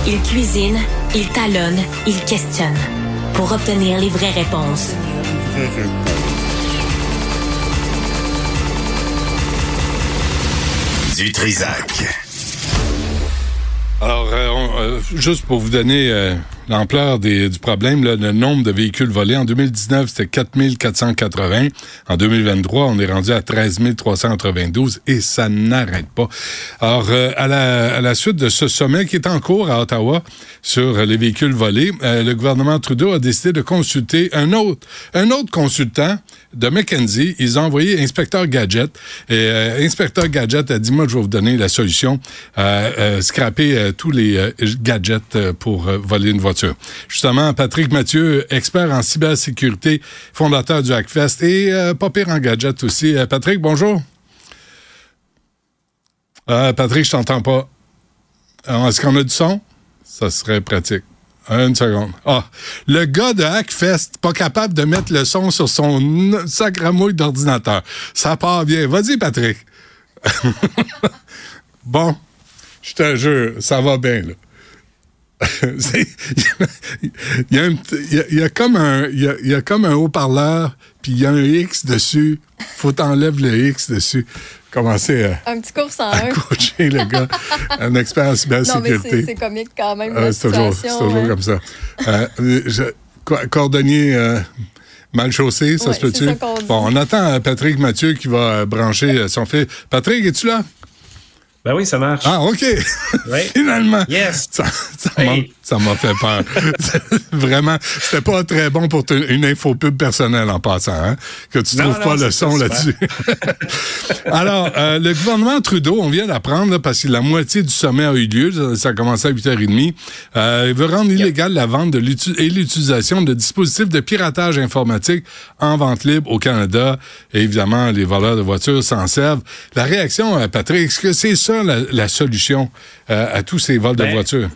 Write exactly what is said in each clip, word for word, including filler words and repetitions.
Il cuisine, il talonne, il questionne pour obtenir les vraies réponses. Du Trizac. Alors, euh, on, euh, juste pour vous donner euh, l'ampleur des, du problème, là, le nombre de véhicules volés, en deux mille dix-neuf, c'était quatre mille quatre cent quatre-vingts. En deux mille vingt-trois, on est rendu à treize mille trois cent quatre-vingt-douze et ça n'arrête pas. Alors, euh, à, la, à la suite de ce sommet qui est en cours à Ottawa sur les véhicules volés, euh, le gouvernement Trudeau a décidé de consulter un autre, un autre consultant de McKinsey. Ils ont envoyé Inspecteur Gadget. Et euh, Inspecteur Gadget a dit, moi, je vais vous donner la solution. Euh, euh, scraper euh, tous les euh, gadgets euh, pour euh, voler une voiture. Justement, Patrick Mathieu, expert en cybersécurité, fondateur du Hackfest et euh, pas pire en gadget aussi. Euh, Patrick, bonjour. Euh, Patrick, je t'entends pas. Alors, est-ce qu'on a du son? Ça serait pratique. Une seconde. Ah, le gars de Hackfest, pas capable de mettre le son sur son sacramouille d'ordinateur. Ça part bien. Vas-y, Patrick. Bon, je te jure, ça va bien, là. Il y, a un, il, y a, il y a comme un il y a, il y a comme un haut-parleur puis il y a un X dessus, faut t'enlèves le X dessus. Commencer à, un petit cours en à un. coacher le gars, un expert en cybersécurité. Non, mais c'est, c'est comique quand même. Euh, c'est, toujours, c'est toujours hein. Comme ça. Euh, je, cordonnier euh, mal chaussé, ça ouais, se peut-tu? C'est ça qu'on dit. Bon, on attend Patrick Mathieu qui va brancher son fils. Patrick, es-tu là? Ben oui, ça marche. Ah, OK. Oui. Finalement. Yes. Ça, ça, hey. m'a, ça m'a fait peur. Vraiment, c'était pas très bon pour te, une infopub personnelle en passant, hein? Que tu non, trouves non, pas le son là-dessus. Alors, euh, le gouvernement Trudeau, on vient d'apprendre, là, parce que la moitié du sommet a eu lieu, ça, ça a commencé à huit heures trente, euh, il veut rendre yep. illégale la vente de l'uti- et l'utilisation de dispositifs de piratage informatique en vente libre au Canada. Et évidemment, les voleurs de voitures s'en servent. La réaction, euh, Patrick, est-ce que c'est ça La, la solution euh, à tous ces vols ben, de voitures?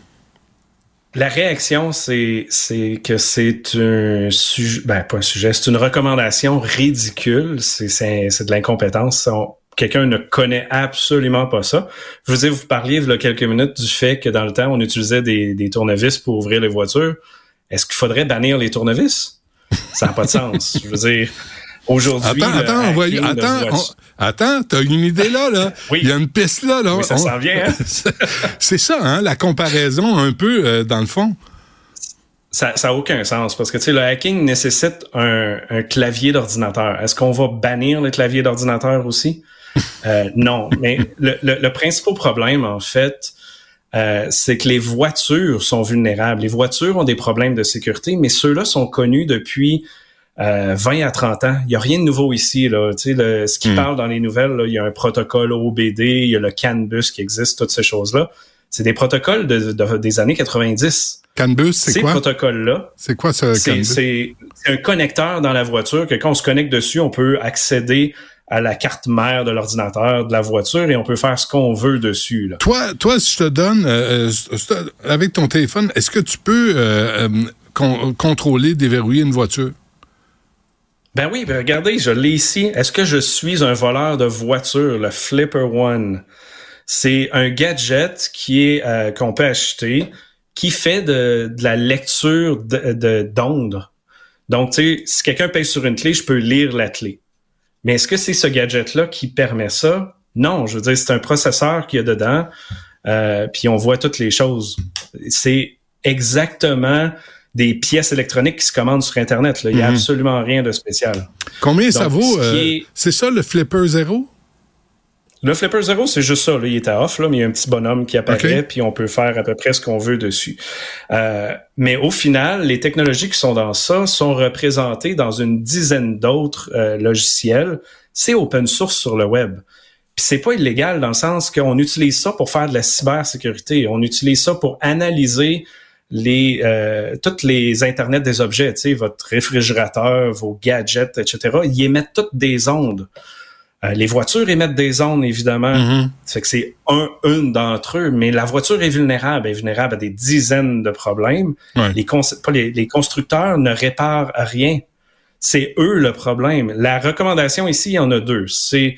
La réaction, c'est, c'est que c'est un sujet, ben pas un sujet, c'est une recommandation ridicule, c'est, c'est, c'est de l'incompétence. On, quelqu'un ne connaît absolument pas ça. Je vous dis, vous parliez il y a quelques minutes du fait que dans le temps, on utilisait des, des tournevis pour ouvrir les voitures. Est-ce qu'il faudrait bannir les tournevis? Ça n'a pas de sens. Je veux dire... Aujourd'hui, attends, attends, on va y... attends, on... attends, t'as une idée là, là. Oui. Il y a une piste là, là. Oui, ça on... s'en vient, hein? C'est ça, hein, la comparaison un peu euh, dans le fond. Ça, ça a aucun sens parce que tu sais, le hacking nécessite un, un clavier d'ordinateur. Est-ce qu'on va bannir le clavier d'ordinateur aussi? euh, non, mais le, le, le principal problème, en fait, euh, c'est que les voitures sont vulnérables. Les voitures ont des problèmes de sécurité, mais ceux-là sont connus depuis Euh, vingt à trente ans. Il n'y a rien de nouveau ici, là. Tu sais, le, ce qui mmh. parle dans les nouvelles, là, il y a un protocole O B D, il y a le CAN bus qui existe, toutes ces choses-là. C'est des protocoles de, de, des années quatre-vingt-dix. CAN bus, c'est ces quoi? Ces protocoles-là. C'est quoi ce c'est, CAN bus? C'est, c'est un connecteur dans la voiture que quand on se connecte dessus, on peut accéder à la carte mère de l'ordinateur de la voiture et on peut faire ce qu'on veut dessus, là. Toi, toi, si je te donne, euh, avec ton téléphone, est-ce que tu peux euh, euh, con- contrôler, déverrouiller une voiture? Ben oui, ben regardez, je l'ai ici. Est-ce que je suis un voleur de voiture, le Flipper One? C'est un gadget qui est euh, qu'on peut acheter, qui fait de, de la lecture de, de, d'ondes. Donc, tu sais, si quelqu'un pèse sur une clé, je peux lire la clé. Mais est-ce que c'est ce gadget-là qui permet ça? Non, je veux dire, c'est un processeur qu'il y a dedans, euh, puis on voit toutes les choses. C'est exactement des pièces électroniques qui se commandent sur Internet. Là. Il n'y a mm-hmm. absolument rien de spécial. Combien Donc, ça vaut? Euh, est... C'est ça, le Flipper Zero? Le Flipper Zero, c'est juste ça. Là. Il est à off, là, mais il y a un petit bonhomme qui apparaît, okay. puis on peut faire à peu près ce qu'on veut dessus. Euh, mais au final, les technologies qui sont dans ça sont représentées dans une dizaine d'autres euh, logiciels. C'est open source sur le web. Puis c'est pas illégal dans le sens qu'on utilise ça pour faire de la cybersécurité. On utilise ça pour analyser les euh, toutes les internets des objets, tu sais, votre réfrigérateur, vos gadgets, et cetera. Ils émettent toutes des ondes. Euh, les voitures émettent des ondes, évidemment. Mm-hmm. Ça fait que c'est un, une d'entre eux, mais la voiture est vulnérable, elle est vulnérable à des dizaines de problèmes. Ouais. Les, cons- pas les, les constructeurs ne réparent rien. C'est eux le problème. La recommandation ici, il y en a deux. C'est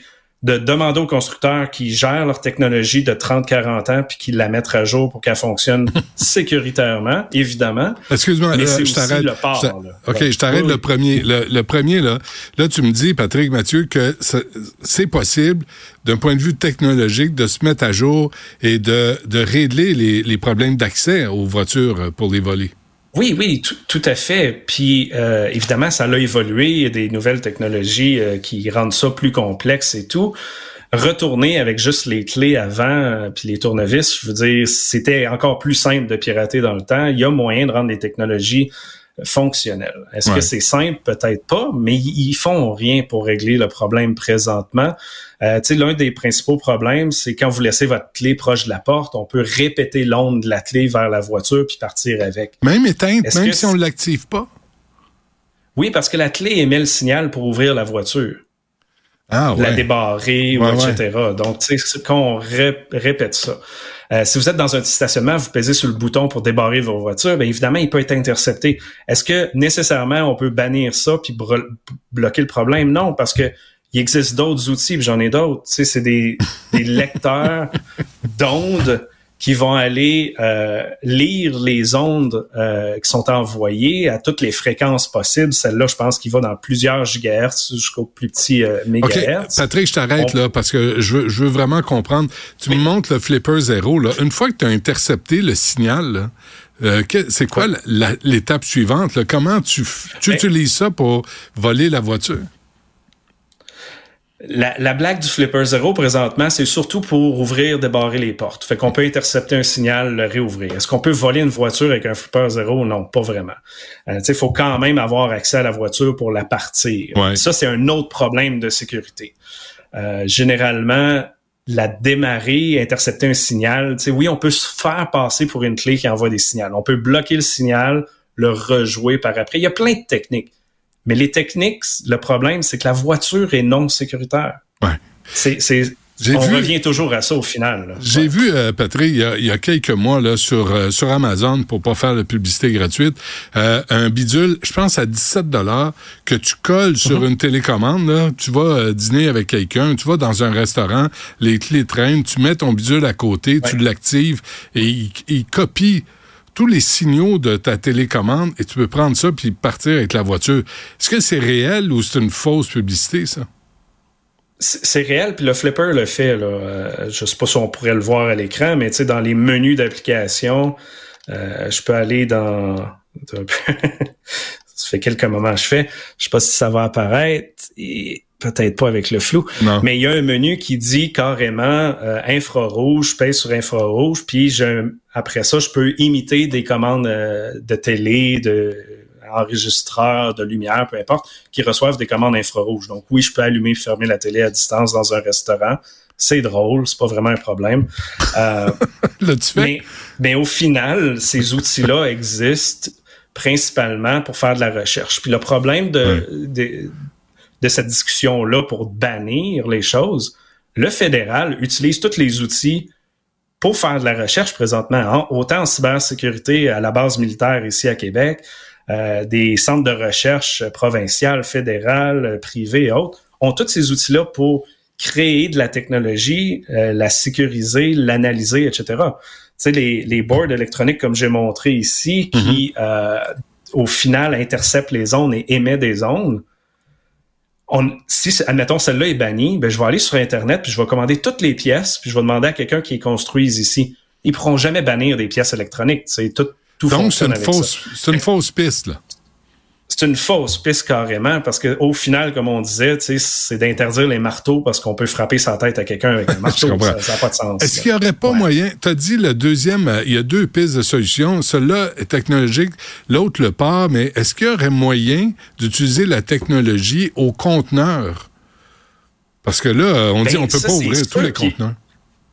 de demander aux constructeurs qui gèrent leur technologie de trente à quarante ans puis qui la mettent à jour pour qu'elle fonctionne sécuritairement, évidemment. Excuse-moi, mais là, c'est je aussi t'arrête. le port. Je là. OK, ouais. je t'arrête oui, le oui. premier. Le, le premier, là, là, tu me dis, Patrick Mathieu, que c'est possible, d'un point de vue technologique, de se mettre à jour et de, de régler les, les problèmes d'accès aux voitures pour les voler. Oui, oui, tout, tout à fait. Puis, euh, évidemment, ça a évolué. Il y a des nouvelles technologies euh, qui rendent ça plus complexe et tout. Retourner avec juste les clés avant euh, puis les tournevis, je veux dire, c'était encore plus simple de pirater dans le temps. Il y a moyen de rendre les technologies fonctionnelles. Est-ce ouais. que c'est simple? Peut-être pas, mais ils font rien pour régler le problème présentement. Euh, tu sais, l'un des principaux problèmes, c'est quand vous laissez votre clé proche de la porte, on peut répéter l'onde de la clé vers la voiture puis partir avec. Même éteinte, Est-ce même si on l'active pas? Oui, parce que la clé émet le signal pour ouvrir la voiture. Ah, ouais. La débarrer, ouais, ou et cetera. Ouais. Donc, tu sais, quand on ré- répète ça. Euh, si vous êtes dans un stationnement, vous pesez sur le bouton pour débarrer vos voitures, bien évidemment, il peut être intercepté. Est-ce que nécessairement on peut bannir ça puis bro- bloquer le problème? Non, parce que il existe d'autres outils, puis j'en ai d'autres. Tu sais, c'est des, des lecteurs d'ondes qui vont aller euh, lire les ondes euh, qui sont envoyées à toutes les fréquences possibles. Celle-là, je pense qu'il va dans plusieurs gigahertz jusqu'au plus petit euh, mégahertz. OK, Patrick, je t'arrête On... là, parce que je veux, je veux vraiment comprendre. Tu oui. me montres le Flipper zéro, là. Une fois que tu as intercepté le signal, là, euh, que, c'est quoi la, la, l'étape suivante? Là? Comment tu, tu ben, utilises ça pour voler la voiture? La, la blague du Flipper zéro, présentement, c'est surtout pour ouvrir, débarrer les portes. Fait qu'on peut intercepter un signal, le réouvrir. Est-ce qu'on peut voler une voiture avec un Flipper zéro? Non, pas vraiment. Euh, tu sais, il faut quand même avoir accès à la voiture pour la partir. Ouais. Ça, c'est un autre problème de sécurité. Euh, généralement, la démarrer, intercepter un signal, tu sais, oui, on peut se faire passer pour une clé qui envoie des signaux. On peut bloquer le signal, le rejouer par après. Il y a plein de techniques. Mais les techniques, le problème, c'est que la voiture est non sécuritaire. Ouais. C'est, c'est, J'ai on vu, revient toujours à ça au final. Là. J'ai ouais. vu, euh, Patrick, il y, a, il y a quelques mois là sur euh, sur Amazon, pour pas faire de publicité gratuite, euh, un bidule, je pense à dix-sept dollars, que tu colles sur mm-hmm. une télécommande. Là, tu vas euh, dîner avec quelqu'un, tu vas dans un restaurant, les clés traînent, tu mets ton bidule à côté, ouais. tu l'actives et il, il copie tous les signaux de ta télécommande et tu peux prendre ça puis partir avec la voiture. Est-ce que c'est réel ou c'est une fausse publicité, ça? C'est, c'est réel, puis le Flipper le fait. Là. Euh, je sais pas si on pourrait le voir à l'écran, mais tu sais, dans les menus d'application, euh, je peux aller dans... ça fait quelques moments que je fais. Je sais pas si ça va apparaître. Et... peut-être pas avec le flou, non. mais il y a un menu qui dit carrément euh, infrarouge, je pèse sur infrarouge, puis je, après ça, je peux imiter des commandes euh, de télé, de enregistreurs, de lumière, peu importe, qui reçoivent des commandes infrarouges. Donc oui, je peux allumer et fermer la télé à distance dans un restaurant. C'est drôle, c'est pas vraiment un problème. Euh, L'as-tu fait? Mais, mais au final, ces outils-là existent principalement pour faire de la recherche. Puis le problème de... Oui. de de cette discussion-là pour bannir les choses, le fédéral utilise tous les outils pour faire de la recherche présentement, hein, autant en cybersécurité à la base militaire ici à Québec, euh, des centres de recherche provinciales, fédérales, privées et autres, ont tous ces outils-là pour créer de la technologie, euh, la sécuriser, l'analyser, et cetera. Tu sais, les, les boards électroniques, comme j'ai montré ici, qui, mm-hmm. euh, au final, interceptent les ondes et émettent des ondes, On, si, admettons, celle-là est bannie, ben, je vais aller sur Internet puis je vais commander toutes les pièces puis je vais demander à quelqu'un qui les construise ici. Ils pourront jamais bannir des pièces électroniques. C'est tout, tout Donc, fonctionne c'est une avec fausse, ça. c'est une fausse piste, là. C'est une fausse piste carrément parce que au final, comme on disait, tu sais, c'est d'interdire les marteaux parce qu'on peut frapper sa tête à quelqu'un avec un marteau. Ça n'a pas de sens. Est-ce là. qu'il n'y aurait pas ouais. moyen... Tu as dit le deuxième, euh, il y a deux pistes de solution. Celle-là est technologique, l'autre le pas, mais est-ce qu'il y aurait moyen d'utiliser la technologie au conteneur? Parce que là, on ben, dit on ne peut pas ouvrir tous les qui... conteneurs.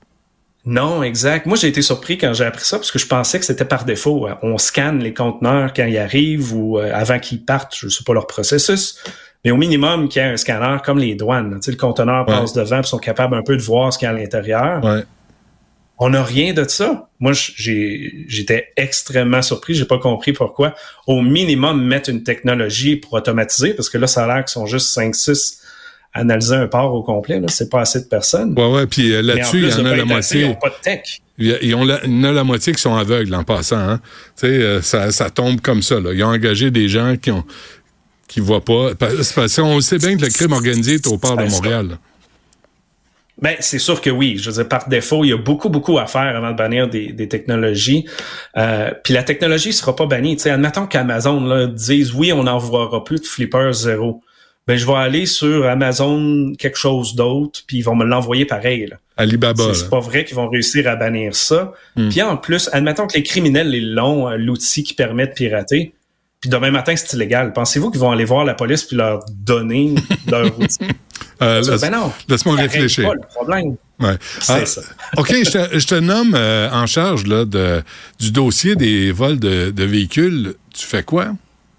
Non, exact. Moi, j'ai été surpris quand j'ai appris ça parce que je pensais que c'était par défaut. On scanne les conteneurs quand ils arrivent ou euh, avant qu'ils partent. Je ne sais pas leur processus. Mais au minimum, qu'il y ait un scanner comme les douanes. Tu sais, le conteneur ouais. passe devant et sont capables un peu de voir ce qu'il y a à l'intérieur. Ouais. On n'a rien de ça. Moi, j'ai, j'étais extrêmement surpris. J'ai pas compris pourquoi. Au minimum, mettre une technologie pour automatiser parce que là, ça a l'air qu'ils sont juste cinq six analyser un port au complet. Là, c'est pas assez de personnes. Ouais, ouais. Puis euh, là-dessus, il y en a la moitié. Ils n'ont pas de tech. Ils ont la, il y en a la moitié qui sont aveugles en passant. Hein. Tu sais, euh, ça, ça tombe comme ça. Là. Ils ont engagé des gens qui ont qui voient pas. C'est parce qu'on sait bien que le crime organisé est au port de Montréal. Là. Ben, c'est sûr que oui. Je veux dire, par défaut, il y a beaucoup, beaucoup à faire avant de bannir des, des technologies. Euh, puis la technologie sera pas bannie. Tu sais, admettons qu'Amazon là, dise oui, on n'envoiera plus de Flipper zéro. Ben, je vais aller sur Amazon quelque chose d'autre, puis ils vont me l'envoyer pareil. Là. Alibaba. C'est, c'est pas vrai qu'ils vont réussir à bannir ça. Mm. Puis en plus, admettons que les criminels ils l'ont, l'outil qui permet de pirater. Puis demain matin, c'est illégal. Pensez-vous qu'ils vont aller voir la police puis leur donner leur outil? Euh, laisse, ben non, laisse-moi réfléchir. Pas le problème. Ouais. C'est ah, ça. OK, je te, je te nomme euh, en charge là, de, du dossier des vols de, de véhicules. Tu fais quoi?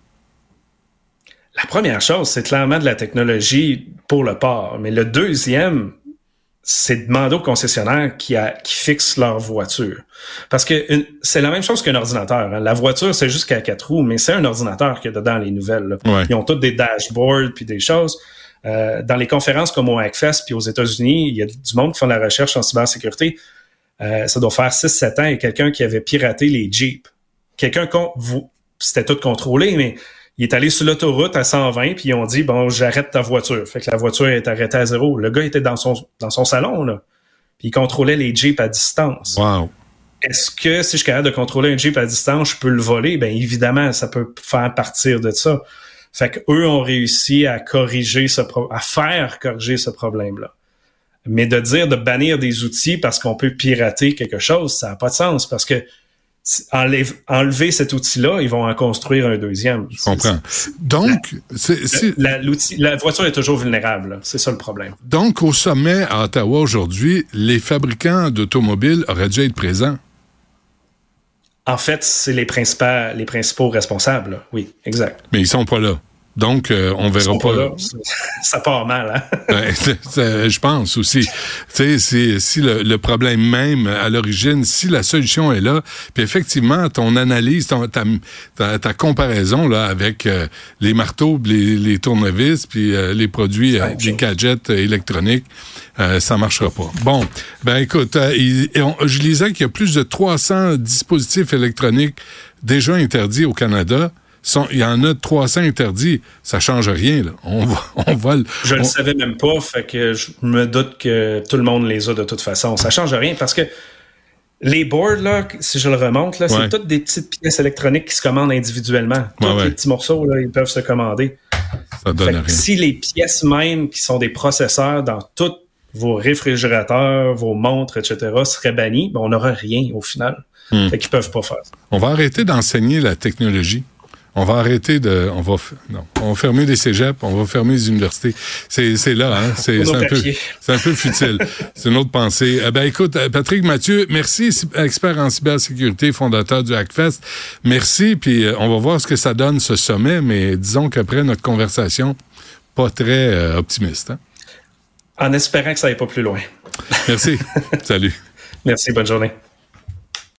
La première chose, c'est clairement de la technologie pour le port. Mais le deuxième, c'est demander aux concessionnaires qui, a, qui fixent leur voiture. Parce que une, c'est la même chose qu'un ordinateur. Hein. La voiture, c'est juste qu'à quatre roues, mais c'est un ordinateur qu'il y a dedans les nouvelles. Là. Ouais. Ils ont tous des dashboards puis des choses. Euh, dans les conférences comme au Hackfest puis aux États-Unis, il y a du monde qui font de la recherche en cybersécurité. Euh, ça doit faire six sept ans, il y a quelqu'un qui avait piraté les Jeeps. Quelqu'un, vous, c'était tout contrôlé, mais il est allé sur l'autoroute à cent vingt puis ils ont dit, bon, j'arrête ta voiture. Fait que la voiture est arrêtée à zéro. Le gars était dans son, dans son salon, là. Puis il contrôlait les Jeeps à distance. Wow. Est-ce que si je suis capable de contrôler un Jeep à distance, je peux le voler? Bien, évidemment, ça peut faire partir de ça. Fait qu'eux ont réussi à corriger ce pro- à faire corriger ce problème-là. Mais de dire de bannir des outils parce qu'on peut pirater quelque chose, ça n'a pas de sens parce que enlève, enlever cet outil-là, ils vont en construire un deuxième. Je comprends. Donc, la, c'est, c'est... La, l'outil, la voiture est toujours vulnérable. Là. C'est ça le problème. Donc, au sommet à Ottawa aujourd'hui, les fabricants d'automobiles auraient dû être présents. En fait, c'est les principaux, les principaux responsables. Là. Oui, exact. Mais ils sont pas là. Donc, euh, on verra pas. pas là. Ça part mal, hein? Ben, je pense aussi. Tu sais, si, si le, le problème même à l'origine, si la solution est là, puis effectivement, ton analyse, ton, ta, ta, ta comparaison là avec euh, les marteaux, les, les tournevis, puis euh, les produits, euh, les gadgets électroniques, euh, ça marchera pas. Bon, ben écoute, euh, il, on, je lisais qu'il y a plus de trois cents dispositifs électroniques déjà interdits au Canada. Sont, il y en a trois cents interdits. Ça change rien, là. On va, on va le, Je ne on... le savais même pas, fait que je me doute que tout le monde les a de toute façon. Ça change rien parce que les boards, là, si je le remonte, là, ouais. c'est toutes des petites pièces électroniques qui se commandent individuellement. Tous ouais, ouais. les petits morceaux, là, ils peuvent se commander. Ça donne rien. Si les pièces mêmes qui sont des processeurs dans tous vos réfrigérateurs, vos montres, et cetera seraient bannies, ben on n'aura rien au final. Hmm. Fait qu'ils peuvent pas faire ça. On va arrêter d'enseigner la technologie. On va arrêter de, on va, non, on va fermer les cégeps, on va fermer les universités. C'est, c'est là, hein. C'est, c'est un peu, c'est un peu futile. C'est une autre pensée. Eh ben, écoute, Patrick Mathieu, merci, expert en cybersécurité, fondateur du Hackfest. Merci, puis on va voir ce que ça donne, ce sommet, mais disons qu'après notre conversation, pas très euh, optimiste, hein. En espérant que ça aille pas plus loin. Merci. Salut. Merci, bonne journée.